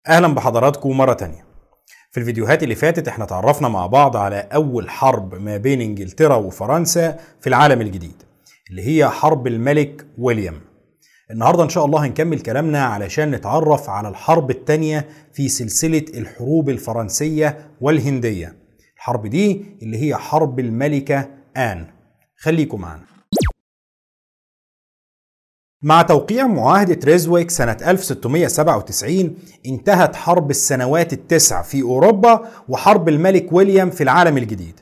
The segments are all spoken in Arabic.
اهلا بحضراتكم مرة تانية. في الفيديوهات اللي فاتت احنا تعرفنا مع بعض على اول حرب ما بين انجلترا وفرنسا في العالم الجديد اللي هي حرب الملك ويليام. النهاردة ان شاء الله هنكمل كلامنا علشان نتعرف على الحرب التانية في سلسلة الحروب الفرنسية والهندية. الحرب دي اللي هي حرب الملكة آن. خليكم معنا. مع توقيع معاهدة ريزويك سنة 1697 انتهت حرب السنوات التسع في أوروبا وحرب الملك ويليام في العالم الجديد.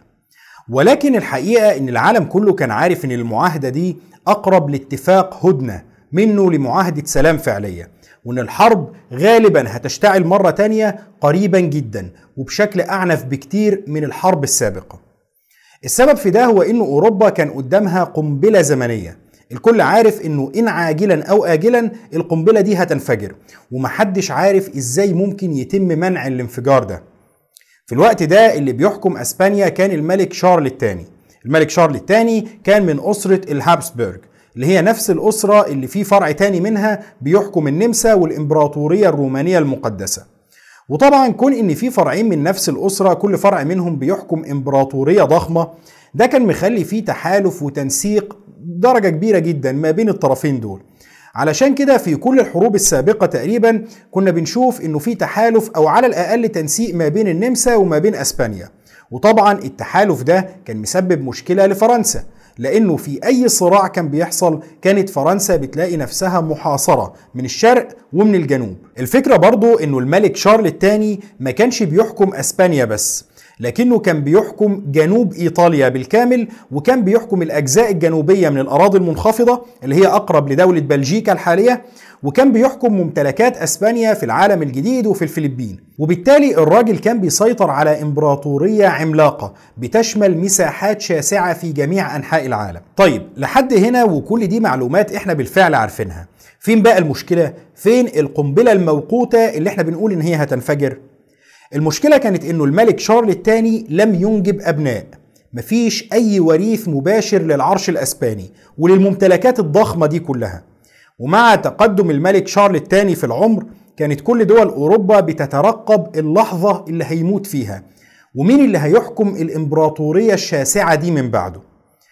ولكن الحقيقة ان العالم كله كان عارف ان المعاهدة دي أقرب لاتفاق هدنة منه لمعاهدة سلام فعلية، وان الحرب غالبا هتشتعل مرة تانية قريبا جدا وبشكل أعنف بكتير من الحرب السابقة. السبب في ده هو ان أوروبا كان قدامها قنبلة زمنية، الكل عارف انه ان عاجلا او اجلا القنبلة دي هتنفجر، ومحدش عارف ازاي ممكن يتم منع الانفجار ده. في الوقت ده اللي بيحكم اسبانيا كان الملك شارل الثاني. الملك شارل الثاني كان من اسرة الهابسبرغ، اللي هي نفس الاسرة اللي في فرع تاني منها بيحكم النمسا والامبراطورية الرومانية المقدسة. وطبعا كون ان في فرعين من نفس الاسرة كل فرع منهم بيحكم امبراطورية ضخمة، ده كان مخلي فيه تحالف وتنسيق درجة كبيرة جدا ما بين الطرفين دول. علشان كده في كل الحروب السابقة تقريبا كنا بنشوف انه في تحالف او على الاقل تنسيق ما بين النمسا وما بين اسبانيا. وطبعا التحالف ده كان مسبب مشكلة لفرنسا، لانه في اي صراع كان بيحصل كانت فرنسا بتلاقي نفسها محاصرة من الشرق ومن الجنوب. الفكرة برضو انه الملك شارل الثاني ما كانش بيحكم اسبانيا بس، لكنه كان بيحكم جنوب إيطاليا بالكامل، وكان بيحكم الأجزاء الجنوبية من الأراضي المنخفضة اللي هي أقرب لدولة بلجيكا الحالية، وكان بيحكم ممتلكات أسبانيا في العالم الجديد وفي الفلبين. وبالتالي الراجل كان بيسيطر على إمبراطورية عملاقة بتشمل مساحات شاسعة في جميع أنحاء العالم. طيب لحد هنا وكل دي معلومات إحنا بالفعل عارفينها، فين بقى المشكلة؟ فين القنبلة الموقوتة اللي إحنا بنقول إن هي هتنفجر؟ المشكلة كانت انه الملك شارل الثاني لم ينجب ابناء، مفيش اي وريث مباشر للعرش الاسباني وللممتلكات الضخمة دي كلها. ومع تقدم الملك شارل الثاني في العمر كانت كل دول اوروبا بتترقب اللحظة اللي هيموت فيها، ومين اللي هيحكم الامبراطورية الشاسعة دي من بعده.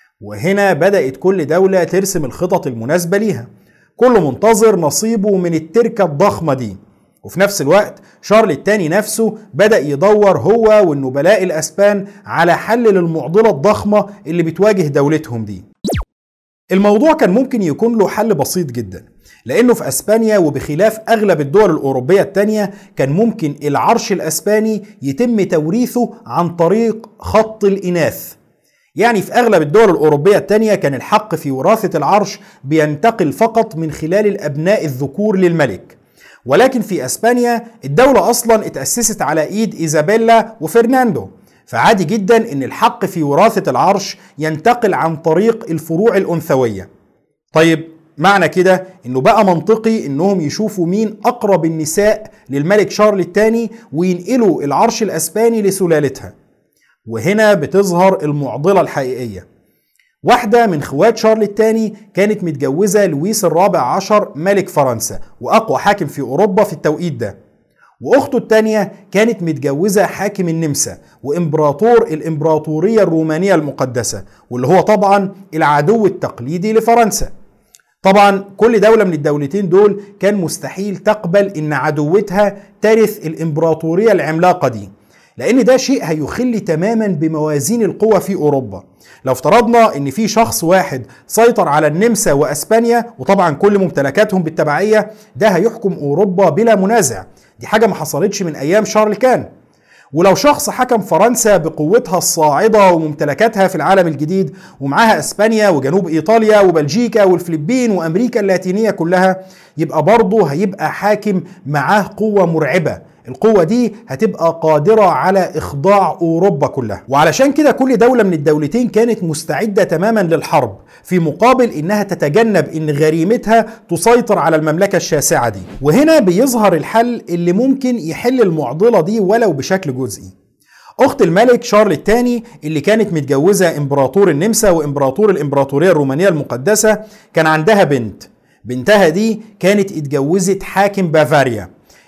وهنا بدأت كل دولة ترسم الخطط المناسبة ليها، كل منتظر نصيبه من التركة الضخمة دي. وفي نفس الوقت شارل الثاني نفسه بدأ يدور هو والنبلاء الأسبان على حل للمعضلة الضخمة اللي بتواجه دولتهم دي. الموضوع كان ممكن يكون له حل بسيط جدا، لأنه في أسبانيا وبخلاف أغلب الدول الأوروبية التانية كان ممكن العرش الأسباني يتم توريثه عن طريق خط الإناث. يعني في أغلب الدول الأوروبية التانية كان الحق في وراثة العرش بينتقل فقط من خلال الأبناء الذكور للملك. ولكن في أسبانيا الدولة أصلا اتأسست على إيد إيزابيلا وفرناندو، فعادي جدا إن الحق في وراثة العرش ينتقل عن طريق الفروع الأنثوية. طيب معنى كده إنه بقى منطقي إنهم يشوفوا مين أقرب النساء للملك شارل الثاني وينقلوا العرش الأسباني لسلالتها. وهنا بتظهر المعضلة الحقيقية. واحدة من خوات شارل الثاني كانت متجوزة لويس الرابع عشر ملك فرنسا وأقوى حاكم في أوروبا في التوقيت ده، وأخته الثانية كانت متجوزة حاكم النمسا وإمبراطور الإمبراطورية الرومانية المقدسة، واللي هو طبعا العدو التقليدي لفرنسا. طبعا كل دولة من الدولتين دول كان مستحيل تقبل إن عدوتها ترث الإمبراطورية العملاقة دي، لأن ده شيء هيخل تماما بموازين القوى في أوروبا. لو افترضنا ان في شخص واحد سيطر على النمسا واسبانيا وطبعا كل ممتلكاتهم بالتبعية، ده هيحكم اوروبا بلا منازع. دي حاجة ما حصلتش من ايام شارل كان. ولو شخص حكم فرنسا بقوتها الصاعدة وممتلكاتها في العالم الجديد ومعاها اسبانيا وجنوب ايطاليا وبلجيكا والفلبين وامريكا اللاتينية كلها، يبقى برضه هيبقى حاكم معاه قوة مرعبة. القوة دي هتبقى قادرة على إخضاع أوروبا كلها. وعلشان كده كل دولة من الدولتين كانت مستعدة تماما للحرب، في مقابل إنها تتجنب إن غريمتها تسيطر على المملكة الشاسعة دي. وهنا بيظهر الحل اللي ممكن يحل المعضلة دي ولو بشكل جزئي. أخت الملك شارل الثاني اللي كانت متجوزة إمبراطور النمسا وإمبراطور الإمبراطورية الرومانية المقدسة كان عندها بنتها دي كانت اتجوزت حاكم بافاريا.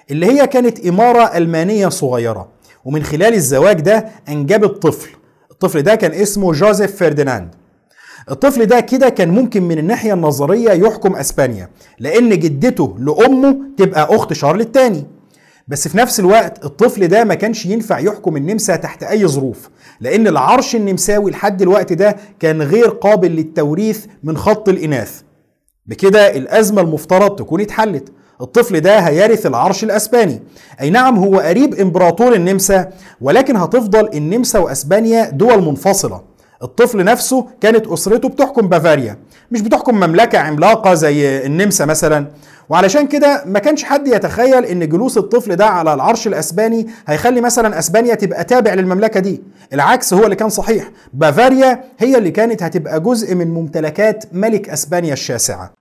اللي هي كانت إمارة ألمانية صغيرة، ومن خلال الزواج ده أنجبت طفل. الطفل ده كان اسمه جوزيف فرديناند. الطفل ده كده كان ممكن من الناحية النظرية يحكم أسبانيا، لأن جدته لأمه تبقى أخت شارل الثاني. بس في نفس الوقت الطفل ده ما كانش ينفع يحكم النمسا تحت أي ظروف، لأن العرش النمساوي لحد الوقت ده كان غير قابل للتوريث من خط الإناث. بكده الأزمة المفترض تكون اتحلت. الطفل ده هيرث العرش الأسباني. أي نعم هو قريب إمبراطور النمسا، ولكن هتفضل النمسا وأسبانيا دول منفصلة. الطفل نفسه كانت أسرته بتحكم بافاريا، مش بتحكم مملكة عملاقة زي النمسا مثلا. وعلشان كده ما كانش حد يتخيل ان جلوس الطفل ده على العرش الاسباني هيخلي مثلا اسبانيا تبقى تابع للمملكة دي. العكس هو اللي كان صحيح، بافاريا هي اللي كانت هتبقى جزء من ممتلكات ملك اسبانيا الشاسعة.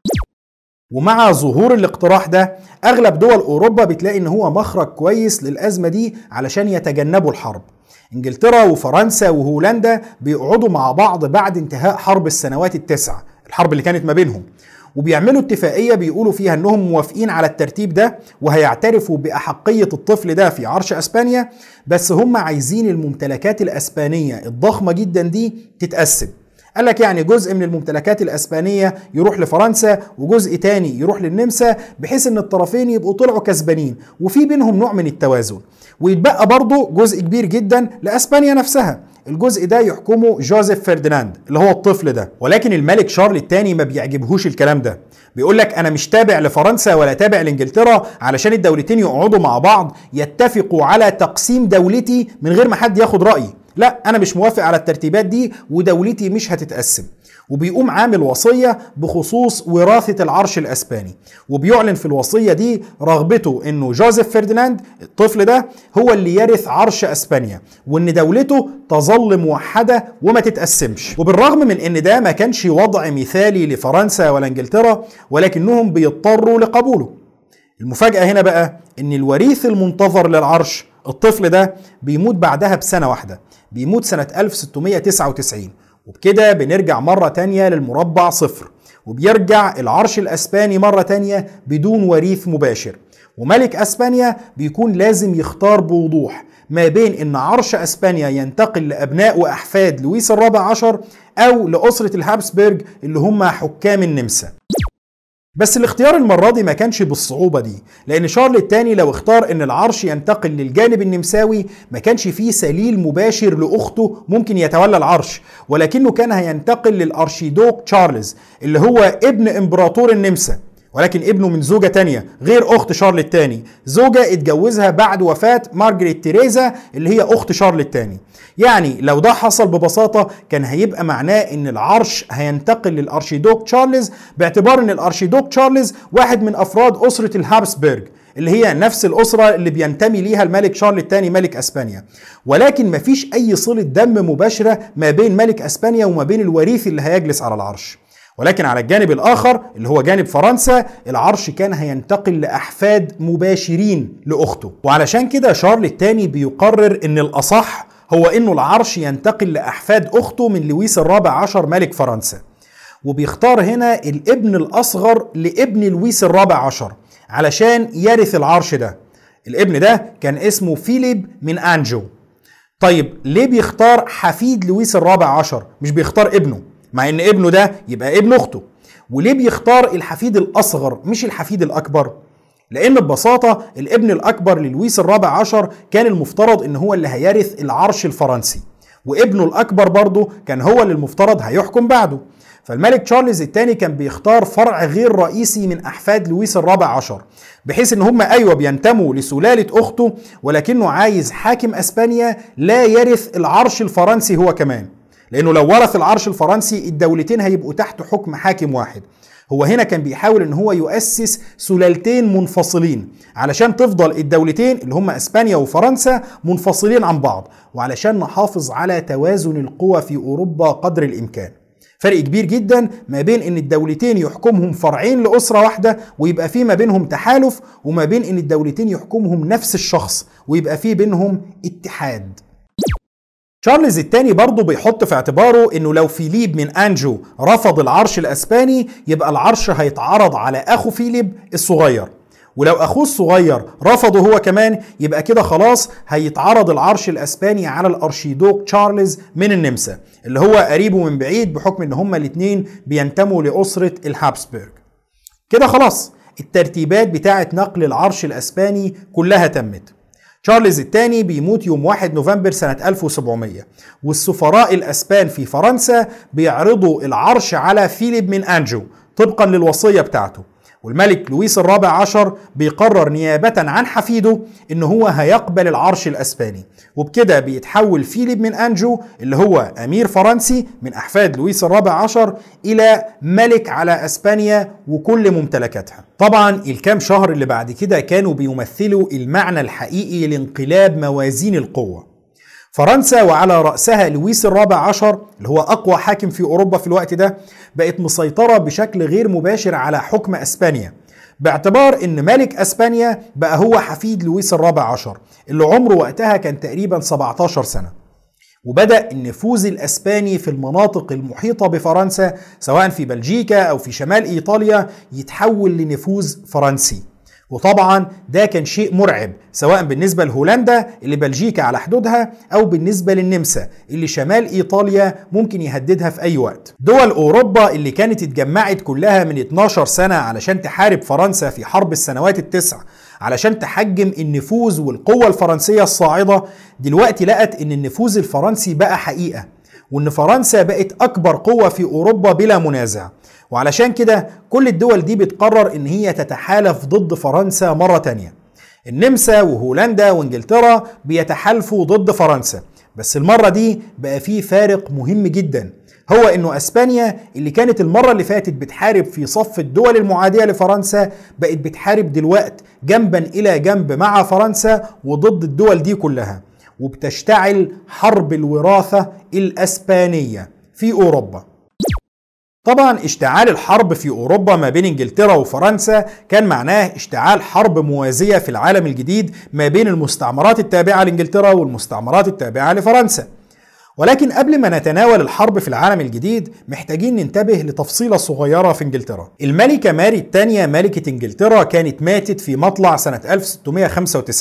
ومع ظهور الاقتراح ده اغلب دول اوروبا بتلاقي ان هو مخرج كويس للازمة دي علشان يتجنبوا الحرب. انجلترا وفرنسا وهولندا بيقعدوا مع بعض بعد انتهاء حرب السنوات التسع، الحرب اللي كانت ما بينهم، وبيعملوا اتفاقية بيقولوا فيها انهم موافقين على الترتيب ده وهيعترفوا بأحقية الطفل ده في عرش اسبانيا. بس هم عايزين الممتلكات الاسبانية الضخمة جدا دي تتقسم. قال لك يعني جزء من الممتلكات الاسبانية يروح لفرنسا وجزء تاني يروح للنمسا، بحيث ان الطرفين يبقوا طلعوا كسبانين وفي بينهم نوع من التوازن. ويتبقى برضه جزء كبير جدا لاسبانيا نفسها. الجزء ده يحكمه جوزيف فرديناند اللي هو الطفل ده. ولكن الملك شارل الثاني ما بيعجبهوش الكلام ده. بيقول لك انا مش تابع لفرنسا ولا تابع لانجلترا علشان الدولتين يقعدوا مع بعض يتفقوا على تقسيم دولتي من غير ما حد ياخد رأيي. لا، انا مش موافق على الترتيبات دي ودولتي مش هتتقسم. وبيقوم عامل وصية بخصوص وراثة العرش الأسباني، وبيعلن في الوصية دي رغبته انه جوزيف فرديناند الطفل ده هو اللي يرث عرش أسبانيا، وان دولته تظل موحدة وما تتقسمش. وبالرغم من ان ده ما كانش وضع مثالي لفرنسا ولا انجلترا، ولكنهم بيضطروا لقبوله. المفاجأة هنا بقى ان الوريث المنتظر للعرش الطفل ده بيموت بعدها بسنة واحدة، بيموت سنة 1699. وبكده بنرجع مرة تانية للمربع صفر، وبيرجع العرش الأسباني مرة تانية بدون وريث مباشر. وملك أسبانيا بيكون لازم يختار بوضوح ما بين إن عرش أسبانيا ينتقل لأبناء وأحفاد لويس الرابع عشر أو لأسرة الهابسبرج اللي هم حكام النمسا. بس الاختيار المرة دي ما كانش بالصعوبة دي، لأن شارل الثاني لو اختار إن العرش ينتقل للجانب النمساوي ما كانش فيه سليل مباشر لأخته ممكن يتولى العرش، ولكنه كان هينتقل للأرشيدوك تشارلز اللي هو ابن إمبراطور النمسا، ولكن ابنه من زوجة تانية غير أخت شارل الثاني، زوجة اتجوزها بعد وفاة مارجريت تيريزا اللي هي أخت شارل الثاني. يعني لو ده حصل ببساطة كان هيبقى معناه ان العرش هينتقل للأرشيدوك تشارلز، باعتبار ان الأرشيدوك تشارلز واحد من أفراد أسرة الهابسبرج اللي هي نفس الأسرة اللي بينتمي ليها الملك شارل الثاني ملك أسبانيا. ولكن مفيش أي صلة دم مباشرة ما بين ملك أسبانيا وما بين الوريث اللي هيجلس على العرش. ولكن على الجانب الآخر اللي هو جانب فرنسا العرش كان هينتقل لأحفاد مباشرين لأخته. وعلشان كده شارل الثاني بيقرر ان الأصح هو انه العرش ينتقل لأحفاد أخته من لويس الرابع عشر ملك فرنسا. وبيختار هنا الابن الأصغر لابن لويس الرابع عشر علشان يرث العرش ده. الابن ده كان اسمه فيليب من أنجو. طيب ليه بيختار حفيد لويس الرابع عشر مش بيختار ابنه، مع ان ابنه ده يبقى ابن اخته؟ وليه بيختار الحفيد الاصغر مش الحفيد الاكبر؟ لان ببساطة الابن الاكبر للويس الرابع عشر كان المفترض ان هو اللي هيرث العرش الفرنسي، وابنه الاكبر برضه كان هو اللي المفترض هيحكم بعده. فالملك تشارلز الثاني كان بيختار فرع غير رئيسي من احفاد لويس الرابع عشر، بحيث ان هم ايوه بينتموا لسلالة اخته، ولكنه عايز حاكم اسبانيا لا يرث العرش الفرنسي هو كمان، لانه لو ورث العرش الفرنسي الدولتين هيبقوا تحت حكم حاكم واحد. هو هنا كان بيحاول ان هو يؤسس سلالتين منفصلين علشان تفضل الدولتين اللي هم اسبانيا وفرنسا منفصلين عن بعض، وعلشان نحافظ على توازن القوى في اوروبا قدر الامكان. فرق كبير جدا ما بين ان الدولتين يحكمهم فرعين لأسرة واحدة ويبقى في ما بينهم تحالف، وما بين ان الدولتين يحكمهم نفس الشخص ويبقى في بينهم اتحاد. تشارلز الثاني برضه بيحط في اعتباره انه لو فيليب من أنجو رفض العرش الاسباني يبقى العرش هيتعرض على اخو فيليب الصغير، ولو اخوه الصغير رفضه هو كمان يبقى كده خلاص هيتعرض العرش الاسباني على الارشيدوك تشارلز من النمسا اللي هو قريبه من بعيد بحكم ان هما الاتنين بينتموا لأسرة الهابسبرج. كده خلاص الترتيبات بتاعة نقل العرش الاسباني كلها تمت. تشارلز الثاني بيموت يوم 1 نوفمبر سنة 1700 والسفراء الاسبان في فرنسا بيعرضوا العرش على فيليب من أنجو طبقا للوصية بتاعته، والملك لويس الرابع عشر بيقرر نيابة عن حفيده ان هو هيقبل العرش الاسباني، وبكده بيتحول فيليب من أنجو اللي هو امير فرنسي من احفاد لويس الرابع عشر الى ملك على اسبانيا وكل ممتلكاتها. طبعا الكام شهر اللي بعد كده كانوا بيمثلوا المعنى الحقيقي لانقلاب موازين القوة. فرنسا وعلى رأسها لويس الرابع عشر اللي هو أقوى حاكم في أوروبا في الوقت ده بقت مسيطرة بشكل غير مباشر على حكم أسبانيا، باعتبار أن ملك أسبانيا بقى هو حفيد لويس الرابع عشر اللي عمره وقتها كان تقريبا 17 سنة. وبدأ النفوذ الأسباني في المناطق المحيطة بفرنسا سواء في بلجيكا أو في شمال إيطاليا يتحول لنفوذ فرنسي، وطبعا ده كان شيء مرعب سواء بالنسبة لهولندا اللي بلجيكا على حدودها أو بالنسبة للنمسا اللي شمال إيطاليا ممكن يهددها في أي وقت. دول أوروبا اللي كانت اتجمعت كلها من 12 سنة علشان تحارب فرنسا في حرب السنوات التسع علشان تحجم النفوذ والقوة الفرنسية الصاعدة، دلوقتي لقت إن النفوذ الفرنسي بقى حقيقة وإن فرنسا بقت أكبر قوة في أوروبا بلا منازع، وعلشان كده كل الدول دي بتقرر ان هي تتحالف ضد فرنسا مرة تانية. النمسا وهولندا وانجلترا بيتحالفوا ضد فرنسا، بس المرة دي بقى فيه فارق مهم جدا، هو انه اسبانيا اللي كانت المرة اللي فاتت بتحارب في صف الدول المعادية لفرنسا بقت بتحارب دلوقت جنبا الى جنب مع فرنسا وضد الدول دي كلها، وبتشتعل حرب الوراثة الاسبانية في اوروبا. طبعا اشتعال الحرب في أوروبا ما بين انجلترا وفرنسا كان معناه اشتعال حرب موازية في العالم الجديد ما بين المستعمرات التابعة لانجلترا والمستعمرات التابعة لفرنسا. ولكن قبل ما نتناول الحرب في العالم الجديد محتاجين ننتبه لتفصيلة صغيرة في انجلترا. الملكة ماري الثانية ملكة انجلترا كانت ماتت في مطلع سنة 1695،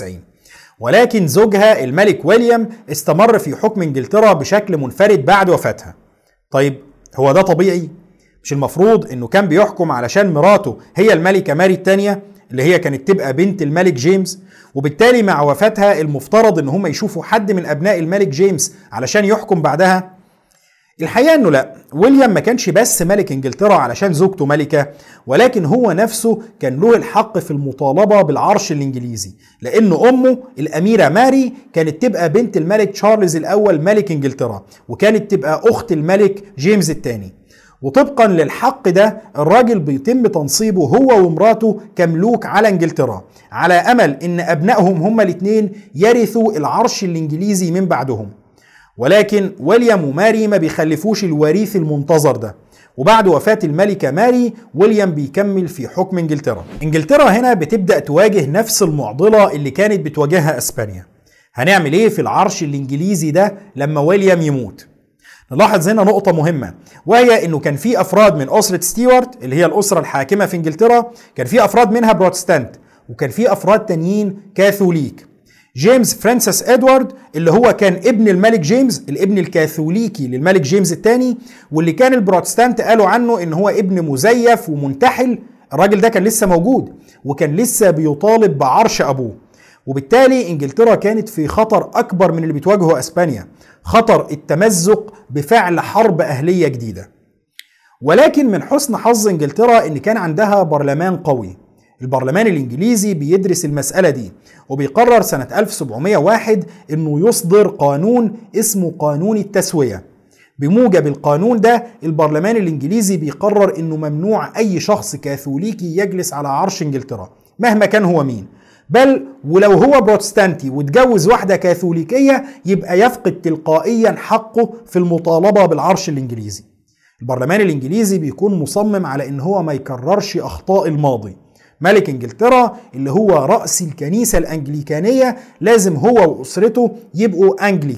ولكن زوجها الملك ويليام استمر في حكم انجلترا بشكل منفرد بعد وفاتها. طيب هو ده طبيعي؟ مش المفروض انه كان بيحكم علشان مراته هي الملكة ماري الثانية اللي هي كانت تبقى بنت الملك جيمس، وبالتالي مع وفاتها المفترض ان هم يشوفوا حد من ابناء الملك جيمس علشان يحكم بعدها؟ الحقيقة انه لا، ويليام ما كانش بس ملك انجلترا علشان زوجته ملكة، ولكن هو نفسه كان له الحق في المطالبة بالعرش الانجليزي، لان امه الاميرة ماري كانت تبقى بنت الملك تشارلز الاول ملك انجلترا، وكانت تبقى اخت الملك جيمس الثاني. وطبقا للحق ده الراجل بيتم تنصيبه هو ومراته كملوك على انجلترا، على امل ان ابنائهم هما الاثنين يرثوا العرش الانجليزي من بعدهم. ولكن ويليام وماري ما بيخلفوش الوريث المنتظر ده، وبعد وفاة الملكة ماري ويليام بيكمل في حكم انجلترا. انجلترا هنا بتبدأ تواجه نفس المعضلة اللي كانت بتواجهها اسبانيا. هنعمل ايه في العرش الانجليزي ده لما ويليام يموت؟ نلاحظ هنا نقطة مهمة، وهي انه كان في افراد من اسرة ستيوارت اللي هي الاسرة الحاكمة في انجلترا، كان في افراد منها بروتستانت، وكان في افراد تانيين كاثوليك. جيمس فرانسيس ادوارد اللي هو كان ابن الملك جيمس، الابن الكاثوليكي للملك جيمس الثاني، واللي كان البروتستانت قالوا عنه ان هو ابن مزيف ومنتحل، الراجل ده كان لسه موجود وكان لسه بيطالب بعرش ابوه. وبالتالي انجلترا كانت في خطر اكبر من اللي بتواجهه اسبانيا، خطر التمزق بفعل حرب اهلية جديدة. ولكن من حسن حظ انجلترا ان كان عندها برلمان قوي. البرلمان الانجليزي بيدرس المسألة دي وبيقرر سنة 1701 انه يصدر قانون اسمه قانون التسوية. بموجب القانون ده البرلمان الانجليزي بيقرر انه ممنوع اي شخص كاثوليكي يجلس على عرش انجلترا مهما كان هو مين، بل ولو هو بروتستانتي واتجوز واحدة كاثوليكية يبقى يفقد تلقائيا حقه في المطالبة بالعرش الانجليزي. البرلمان الانجليزي بيكون مصمم على ان هو ما يكررش اخطاء الماضي. ملك انجلترا اللي هو رأس الكنيسة الانجليكانية لازم هو واسرته يبقوا انجليكان،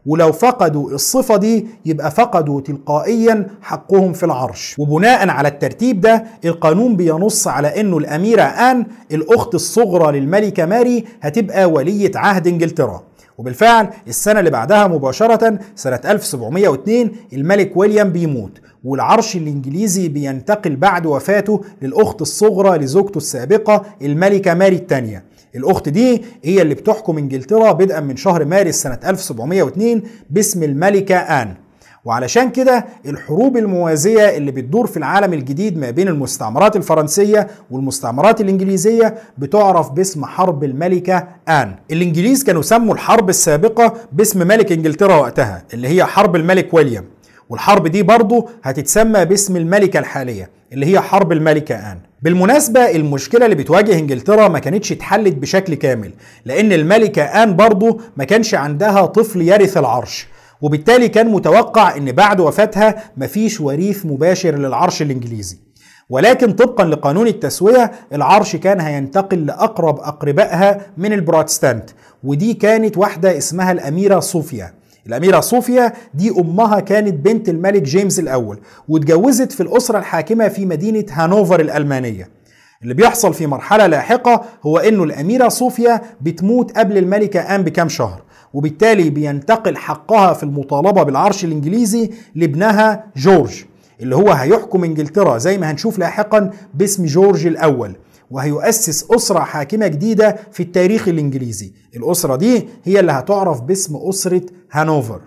ولو فقدوا الصفة دي يبقى فقدوا تلقائيا حقهم في العرش. وبناء على الترتيب ده القانون بينص على انه الأميرة آن الأخت الصغرى للملكة ماري هتبقى ولية عهد انجلترا. وبالفعل السنة اللي بعدها مباشرة سنة 1702 الملك ويليام بيموت، والعرش الإنجليزي بينتقل بعد وفاته للأخت الصغرى لزوجته السابقة الملكة ماري الثانية. الأخت دي هي اللي بتحكم انجلترا بدءا من شهر مارس سنة 1702 باسم الملكة آن. وعلشان كده الحروب الموازية اللي بتدور في العالم الجديد ما بين المستعمرات الفرنسية والمستعمرات الإنجليزية بتعرف باسم حرب الملكة آن. الإنجليز كانوا سموا الحرب السابقة باسم ملك انجلترا وقتها اللي هي حرب الملك ويليام، والحرب دي برضو هتتسمى باسم الملكة الحالية اللي هي حرب الملكة آن. بالمناسبة المشكلة اللي بتواجه انجلترا ما كانتش اتحلت بشكل كامل، لأن الملكة آن برضو ما كانش عندها طفل يرث العرش، وبالتالي كان متوقع ان بعد وفاتها مفيش وريث مباشر للعرش الانجليزي. ولكن طبقا لقانون التسوية العرش كان هينتقل لأقرب أقربائها من البروتستانت، ودي كانت واحدة اسمها الأميرة صوفيا. الأميرة صوفيا دي أمها كانت بنت الملك جيمس الأول، واتجوزت في الأسرة الحاكمة في مدينة هانوفر الألمانية. اللي بيحصل في مرحلة لاحقة هو أنه الأميرة صوفيا بتموت قبل الملكة آن بكام شهر، وبالتالي بينتقل حقها في المطالبة بالعرش الإنجليزي لابنها جورج، اللي هو هيحكم انجلترا زي ما هنشوف لاحقا باسم جورج الأول، وهيؤسس أسرة حاكمة جديدة في التاريخ الإنجليزي. الأسرة دي هي اللي هتعرف باسم أسرة هانوفر.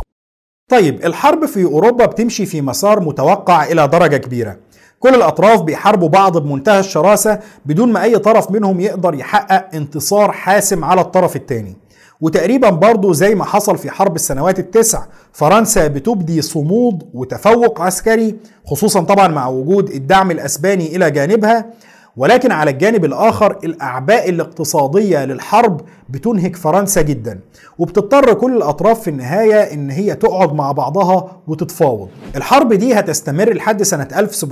طيب الحرب في أوروبا بتمشي في مسار متوقع إلى درجة كبيرة. كل الأطراف بيحاربوا بعض بمنتهى الشراسة بدون ما أي طرف منهم يقدر يحقق انتصار حاسم على الطرف الثاني. وتقريبا برضو زي ما حصل في حرب السنوات التسع فرنسا بتبدي صمود وتفوق عسكري، خصوصا طبعا مع وجود الدعم الأسباني إلى جانبها. ولكن على الجانب الآخر الأعباء الاقتصادية للحرب بتنهك فرنسا جدا، وبتضطر كل الأطراف في النهاية إن هي تقعد مع بعضها وتتفاوض. الحرب دي هتستمر لحد سنة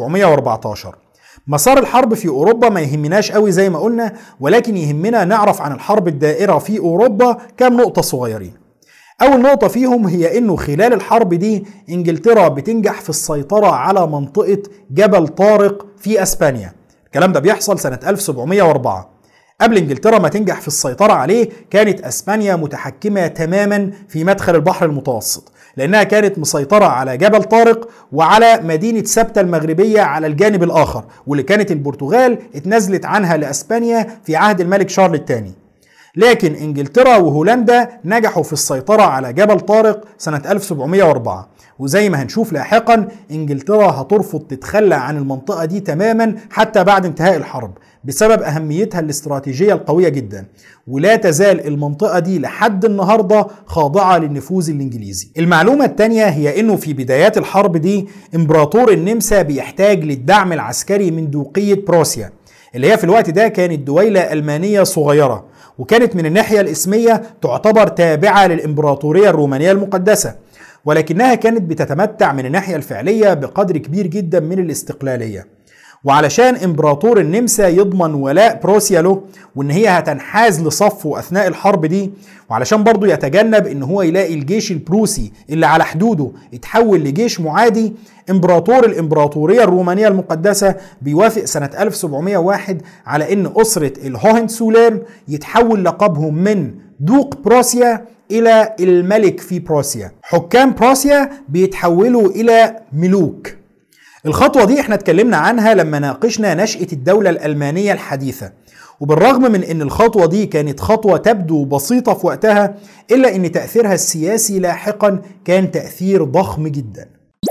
1714. مسار الحرب في أوروبا ما يهمناش قوي زي ما قلنا، ولكن يهمنا نعرف عن الحرب الدائرة في أوروبا كام نقطة صغيرين. أول نقطة فيهم هي إنه خلال الحرب دي إنجلترا بتنجح في السيطرة على منطقة جبل طارق في أسبانيا. الكلام ده بيحصل سنة 1704. قبل انجلترا ما تنجح في السيطرة عليه كانت اسبانيا متحكمة تماما في مدخل البحر المتوسط، لانها كانت مسيطرة على جبل طارق وعلى مدينة سبتة المغربية على الجانب الاخر، واللي كانت البرتغال اتنازلت عنها لاسبانيا في عهد الملك شارل الثاني. لكن انجلترا وهولندا نجحوا في السيطرة على جبل طارق سنة 1704، وزي ما هنشوف لاحقا انجلترا هترفض تتخلى عن المنطقة دي تماما حتى بعد انتهاء الحرب بسبب اهميتها الاستراتيجية القوية جدا، ولا تزال المنطقة دي لحد النهاردة خاضعة للنفوذ الانجليزي. المعلومة الثانية هي انه في بدايات الحرب دي امبراطور النمسا بيحتاج للدعم العسكري من دوقية بروسيا، اللي هي في الوقت ده كانت دويلة ألمانية صغيرة، وكانت من الناحية الاسمية تعتبر تابعة للإمبراطورية الرومانية المقدسة، ولكنها كانت بتتمتع من الناحية الفعلية بقدر كبير جدا من الاستقلالية. وعلشان إمبراطور النمسا يضمن ولاء بروسيا له وإن هي هتنحاز لصفه أثناء الحرب دي، وعلشان برضو يتجنب إن هو يلاقي الجيش البروسي اللي على حدوده يتحول لجيش معادي، إمبراطور الإمبراطورية الرومانية المقدسة بيوافق سنة 1701 على إن أسرة الهوهنسوليرن يتحول لقبهم من دوق بروسيا إلى الملك في بروسيا. حكام بروسيا بيتحولوا إلى ملوك. الخطوة دي احنا اتكلمنا عنها لما ناقشنا نشأة الدولة الألمانية الحديثة، وبالرغم من ان الخطوة دي كانت خطوة تبدو بسيطة في وقتها، إلا ان تأثيرها السياسي لاحقا كان تأثير ضخم جدا.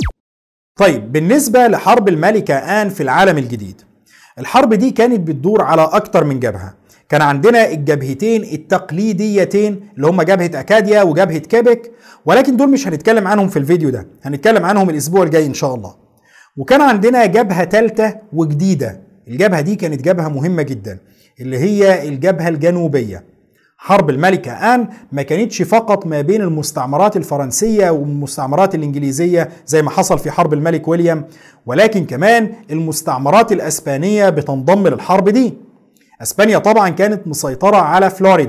طيب بالنسبة لحرب الملكة آن في العالم الجديد، الحرب دي كانت بتدور على أكتر من جبهة. كان عندنا الجبهتين التقليديتين اللي هم جبهة أكاديا وجبهة كيبك، ولكن دول مش هنتكلم عنهم في الفيديو ده، هنتكلم عنهم الأسبوع الجاي إن شاء الله. وكان عندنا جبهة ثالثة وجديدة، الجبهة دي كانت جبهة مهمة جدا اللي هي الجبهة الجنوبية. حرب الملكة آن ما كانتش فقط ما بين المستعمرات الفرنسية والمستعمرات الإنجليزية زي ما حصل في حرب الملك ويليام، ولكن كمان المستعمرات الأسبانية بتنضم للحرب دي. أسبانيا طبعا كانت مسيطرة على فلوريدا،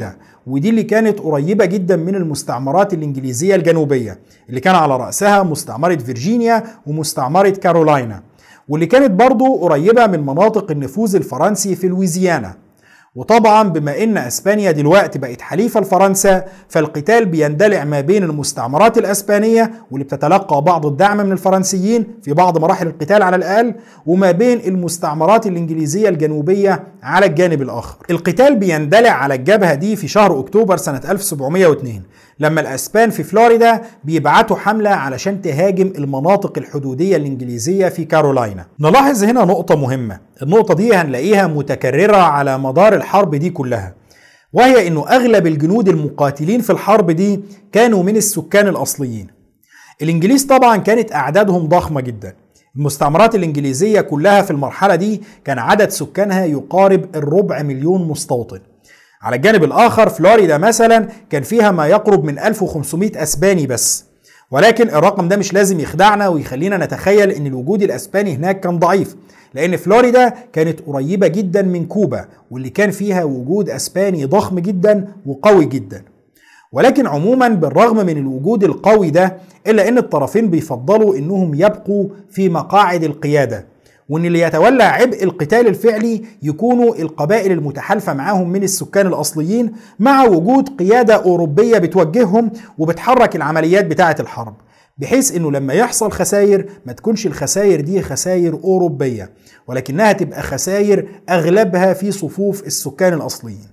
ودي اللي كانت قريبة جدا من المستعمرات الإنجليزية الجنوبية اللي كان على رأسها مستعمرة فيرجينيا ومستعمرة كارولاينا، واللي كانت برضو قريبة من مناطق النفوذ الفرنسي في لويزيانا. وطبعا بما ان اسبانيا دلوقتي بقت حليفة لفرنسا، فالقتال بيندلع ما بين المستعمرات الاسبانية واللي بتتلقى بعض الدعم من الفرنسيين في بعض مراحل القتال على الاقل، وما بين المستعمرات الانجليزية الجنوبية على الجانب الاخر. القتال بيندلع على الجبهة دي في شهر اكتوبر سنة 1702 لما الاسبان في فلوريدا بيبعتوا حملة علشان تهاجم المناطق الحدودية الانجليزية في كارولاينا. نلاحظ هنا نقطة مهمة، النقطة دي هنلاقيها متكررة على مدار الحرب دي كلها، وهي انه اغلب الجنود المقاتلين في الحرب دي كانوا من السكان الاصليين. الانجليز طبعا كانت اعدادهم ضخمة جدا، المستعمرات الانجليزية كلها في المرحلة دي كان عدد سكانها يقارب 250,000 مستوطن. على الجانب الآخر فلوريدا مثلا كان فيها ما يقرب من 1500 أسباني بس، ولكن الرقم ده مش لازم يخدعنا ويخلينا نتخيل ان الوجود الأسباني هناك كان ضعيف، لأن فلوريدا كانت قريبة جدا من كوبا واللي كان فيها وجود أسباني ضخم جدا وقوي جدا. ولكن عموما بالرغم من الوجود القوي ده إلا أن الطرفين بيفضلوا أنهم يبقوا في مقاعد القيادة، وان اللي يتولى عبء القتال الفعلي يكونوا القبائل المتحالفة معاهم من السكان الأصليين، مع وجود قيادة أوروبية بتوجههم وبتحرك العمليات بتاعة الحرب، بحيث انه لما يحصل خسائر ما تكونش الخسائر دي خسائر أوروبية، ولكنها تبقى خسائر أغلبها في صفوف السكان الأصليين.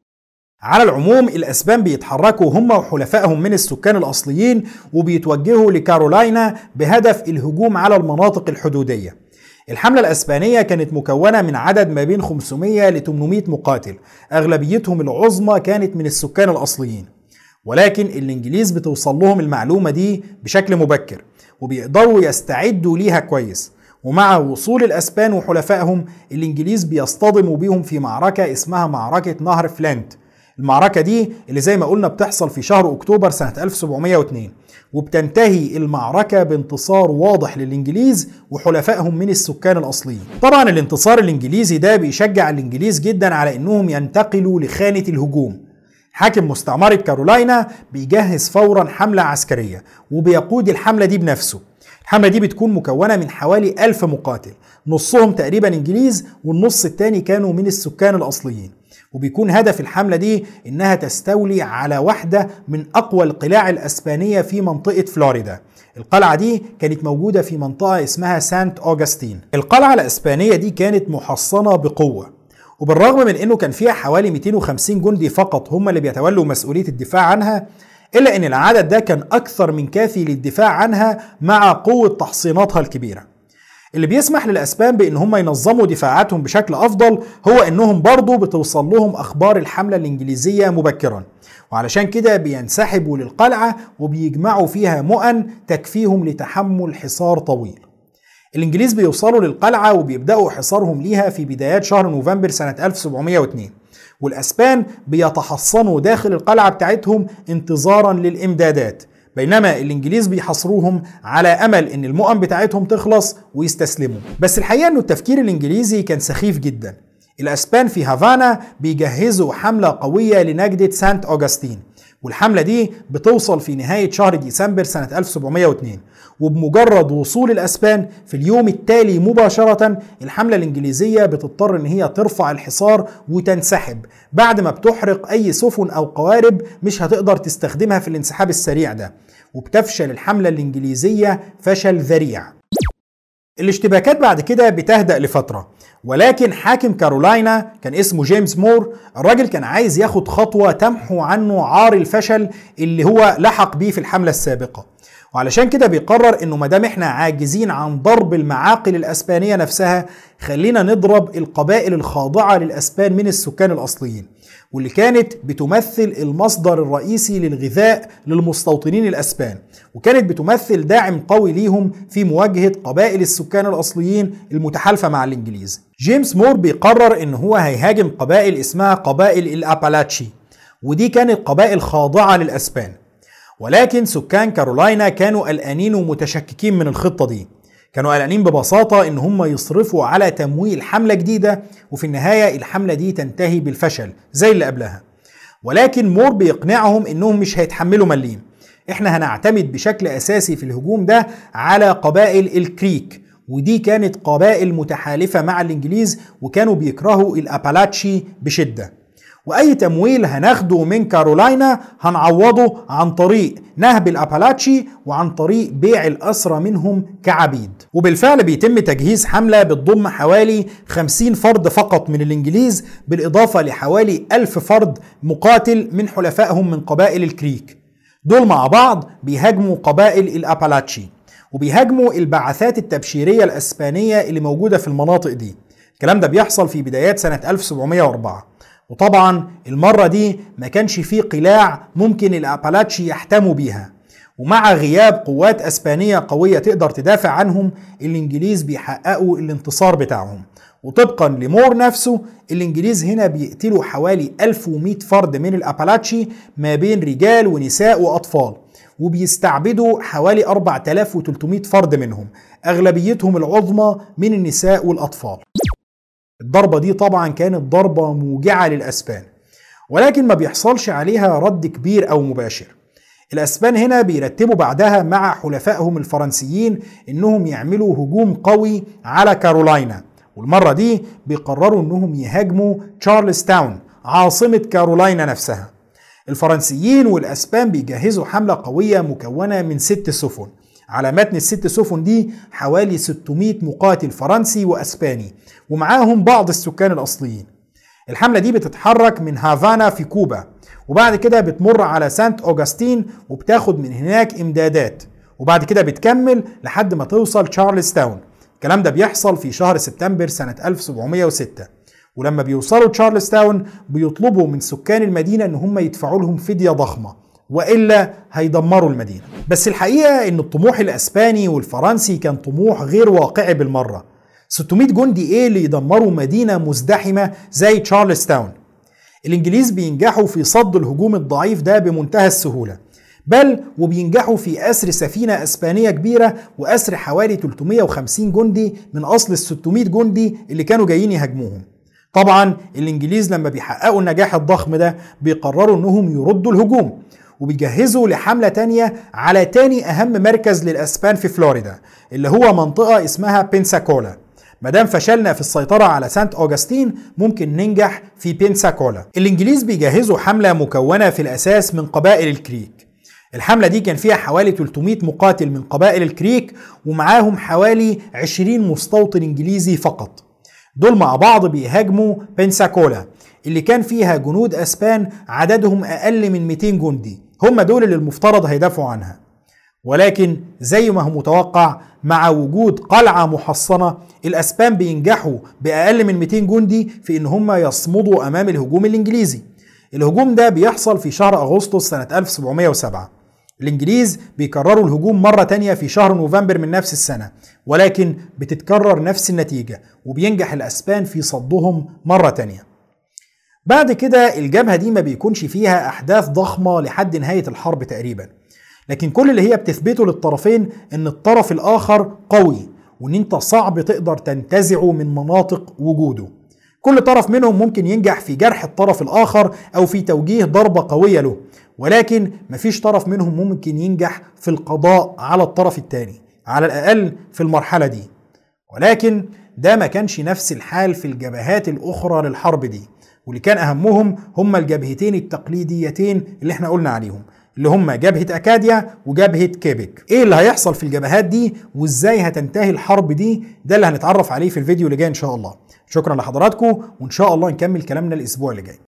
على العموم الأسبان بيتحركوا هم وحلفائهم من السكان الأصليين وبيتوجهوا لكارولاينا بهدف الهجوم على المناطق الحدودية. الحملة الأسبانية كانت مكونة من عدد ما بين 500 ل 800 مقاتل، أغلبيتهم العظمى كانت من السكان الأصليين، ولكن الإنجليز بتوصل لهم المعلومة دي بشكل مبكر وبيقدروا يستعدوا ليها كويس، ومع وصول الأسبان وحلفائهم الإنجليز بيصطدموا بيهم في معركة اسمها معركة نهر فلنت. المعركة دي اللي زي ما قلنا بتحصل في شهر أكتوبر سنة 1702، وبتنتهي المعركة بانتصار واضح للإنجليز وحلفائهم من السكان الأصليين. طبعا الانتصار الإنجليزي ده بيشجع الإنجليز جدا على أنهم ينتقلوا لخانة الهجوم. حاكم مستعمرة كارولاينا بيجهز فورا حملة عسكرية وبيقود الحملة دي بنفسه. الحملة دي بتكون مكونة من حوالي 1000 مقاتل، نصهم تقريبا إنجليز والنص التاني كانوا من السكان الأصليين، وبيكون هدف الحملة دي إنها تستولي على واحدة من أقوى القلاع الأسبانية في منطقة فلوريدا. القلعة دي كانت موجودة في منطقة اسمها سانت أوغسطين. القلعة الأسبانية دي كانت محصنة بقوة، وبالرغم من إنه كان فيها حوالي 250 جندي فقط هم اللي بيتولوا مسؤولية الدفاع عنها، إلا إن العدد ده كان أكثر من كافي للدفاع عنها مع قوة تحصيناتها الكبيرة. اللي بيسمح للأسبان بأن هم ينظموا دفاعاتهم بشكل أفضل هو أنهم برضو بتوصل لهم أخبار الحملة الإنجليزية مبكرا، وعلشان كده بينسحبوا للقلعة وبيجمعوا فيها مؤن تكفيهم لتحمل حصار طويل. الإنجليز بيوصلوا للقلعة وبيبدأوا حصارهم ليها في بدايات شهر نوفمبر سنة 1702، والأسبان بيتحصنوا داخل القلعة بتاعتهم انتظارا للإمدادات، بينما الإنجليز بيحصروهم على أمل إن المؤن بتاعتهم تخلص ويستسلموا. بس الحقيقة إنه التفكير الإنجليزي كان سخيف جدا. الأسبان في هافانا بيجهزوا حملة قوية لنجدة سانت أوغسطين، والحملة دي بتوصل في نهاية شهر ديسمبر سنة 1702، وبمجرد وصول الأسبان في اليوم التالي مباشرة الحملة الإنجليزية بتضطر إن هي ترفع الحصار وتنسحب بعد ما بتحرق أي سفن أو قوارب مش هتقدر تستخدمها في الانسحاب السريع ده، وبتفشل الحملة الإنجليزية فشل ذريع. الاشتباكات بعد كده بتهدأ لفترة، ولكن حاكم كارولاينا كان اسمه جيمس مور، الراجل كان عايز ياخد خطوة تمحو عنه عار الفشل اللي هو لحق بيه في الحملة السابقة، وعلشان كده بيقرر انه مادام احنا عاجزين عن ضرب المعاقل الاسبانية نفسها، خلينا نضرب القبائل الخاضعة للاسبان من السكان الاصليين، واللي كانت بتمثل المصدر الرئيسي للغذاء للمستوطنين الاسبان، وكانت بتمثل داعم قوي ليهم في مواجهة قبائل السكان الاصليين المتحالفة مع الانجليز. جيمس مور بيقرر ان هو هيهاجم قبائل اسمها قبائل الابالاتشي، ودي كانت قبائل خاضعة للاسبان، ولكن سكان كارولاينا كانوا قلقانين ومتشككين من الخطة دي. كانوا قلقانين ببساطة ان هم يصرفوا على تمويل حملة جديدة وفي النهاية الحملة دي تنتهي بالفشل زي اللي قبلها. ولكن مور بيقنعهم انهم مش هيتحملوا مليم. احنا هنعتمد بشكل اساسي في الهجوم ده على قبائل الكريك، ودي كانت قبائل متحالفة مع الانجليز وكانوا بيكرهوا الابالاتشي بشدة، واي تمويل هناخده من كارولاينا هنعوضه عن طريق نهب الابالاتشي وعن طريق بيع الاسرى منهم كعبيد. وبالفعل بيتم تجهيز حملة بتضم حوالي 50 فرد فقط من الانجليز، بالاضافة لحوالي 1000 فرد مقاتل من حلفائهم من قبائل الكريك. دول مع بعض بيهاجموا قبائل الابالاتشي وبيهاجموا البعثات التبشيرية الاسبانية اللي موجودة في المناطق دي. الكلام ده بيحصل في بدايات سنة 1704، وطبعا المرة دي ما كانش فيه قلاع ممكن الابالاتشي يحتموا بيها، ومع غياب قوات اسبانية قوية تقدر تدافع عنهم الانجليز بيحققوا الانتصار بتاعهم. وطبقا لمور نفسه الانجليز هنا بيقتلوا حوالي 1100 فرد من الابالاتشي ما بين رجال ونساء واطفال، وبيستعبدوا حوالي 4300 فرد منهم، اغلبيتهم العظمى من النساء والاطفال. الضربة دي طبعا كانت ضربة موجعة للأسبان، ولكن ما بيحصلش عليها رد كبير أو مباشر. الأسبان هنا بيرتبوا بعدها مع حلفائهم الفرنسيين إنهم يعملوا هجوم قوي على كارولاينا، والمرة دي بيقرروا إنهم يهاجموا تشارلز تاون عاصمة كارولاينا نفسها. الفرنسيين والأسبان بيجهزوا حملة قوية مكونة من 6 سفن. على متن ال6 سفن دي حوالي 600 مقاتل فرنسي وأسباني ومعاهم بعض السكان الأصليين. الحملة دي بتتحرك من هافانا في كوبا، وبعد كده بتمر على سانت أوغسطين وبتاخد من هناك إمدادات، وبعد كده بتكمل لحد ما توصل تشارلز تاون. الكلام ده بيحصل في شهر سبتمبر سنة 1706. ولما بيوصلوا تشارلز تاون بيطلبوا من سكان المدينة ان هم يدفعوا لهم فدية ضخمة وإلا هيدمروا المدينة. بس الحقيقة ان الطموح الأسباني والفرنسي كان طموح غير واقعي بالمرة. 600 جندي ايه اللي يدمروا مدينة مزدحمة زي تشارلز تاون؟ الانجليز بينجحوا في صد الهجوم الضعيف ده بمنتهى السهولة، بل وبينجحوا في أسر سفينة أسبانية كبيرة وأسر حوالي 350 جندي من أصل ال 600 جندي اللي كانوا جايين يهاجموهم. طبعا الانجليز لما بيحققوا النجاح الضخم ده بيقرروا انهم يردوا الهجوم، وبيجهزوا لحملة تانية على تاني اهم مركز للاسبان في فلوريدا اللي هو منطقة اسمها بنساكولا. مادام فشلنا في السيطرة على سانت أوغسطين ممكن ننجح في بنساكولا. الانجليز بيجهزوا حملة مكونة في الاساس من قبائل الكريك. الحملة دي كان فيها حوالي 300 مقاتل من قبائل الكريك ومعاهم حوالي 20 مستوطن انجليزي فقط. دول مع بعض بيهاجموا بنساكولا اللي كان فيها جنود أسبان عددهم أقل من 200 جندي، هم دول اللي المفترض هيدافعوا عنها. ولكن زي ما هو متوقع مع وجود قلعة محصنة الأسبان بينجحوا بأقل من 200 جندي في إن هم يصمدوا أمام الهجوم الإنجليزي. الهجوم ده بيحصل في شهر أغسطس سنة 1707. الانجليز بيكرروا الهجوم مرة تانية في شهر نوفمبر من نفس السنة، ولكن بتتكرر نفس النتيجة وبينجح الأسبان في صدهم مرة تانية. بعد كده الجبهة دي ما بيكونش فيها أحداث ضخمة لحد نهاية الحرب تقريبا، لكن كل اللي هي بتثبته للطرفين ان الطرف الآخر قوي وان انت صعب تقدر تنتزعه من مناطق وجوده. كل طرف منهم ممكن ينجح في جرح الطرف الآخر أو في توجيه ضربة قوية له، ولكن مفيش طرف منهم ممكن ينجح في القضاء على الطرف الثاني، على الأقل في المرحلة دي. ولكن ده ما كانش نفس الحال في الجبهات الأخرى للحرب دي، واللي كان أهمهم هم الجبهتين التقليديتين اللي احنا قلنا عليهم، اللي هم جبهة أكاديا وجبهة كيبك. ايه اللي هيحصل في الجبهات دي وازاي هتنتهي الحرب دي؟ ده اللي هنتعرف عليه في الفيديو اللي جاي ان شاء الله. شكرا لحضراتكم، وان شاء الله نكمل كلامنا الاسبوع اللي جاي.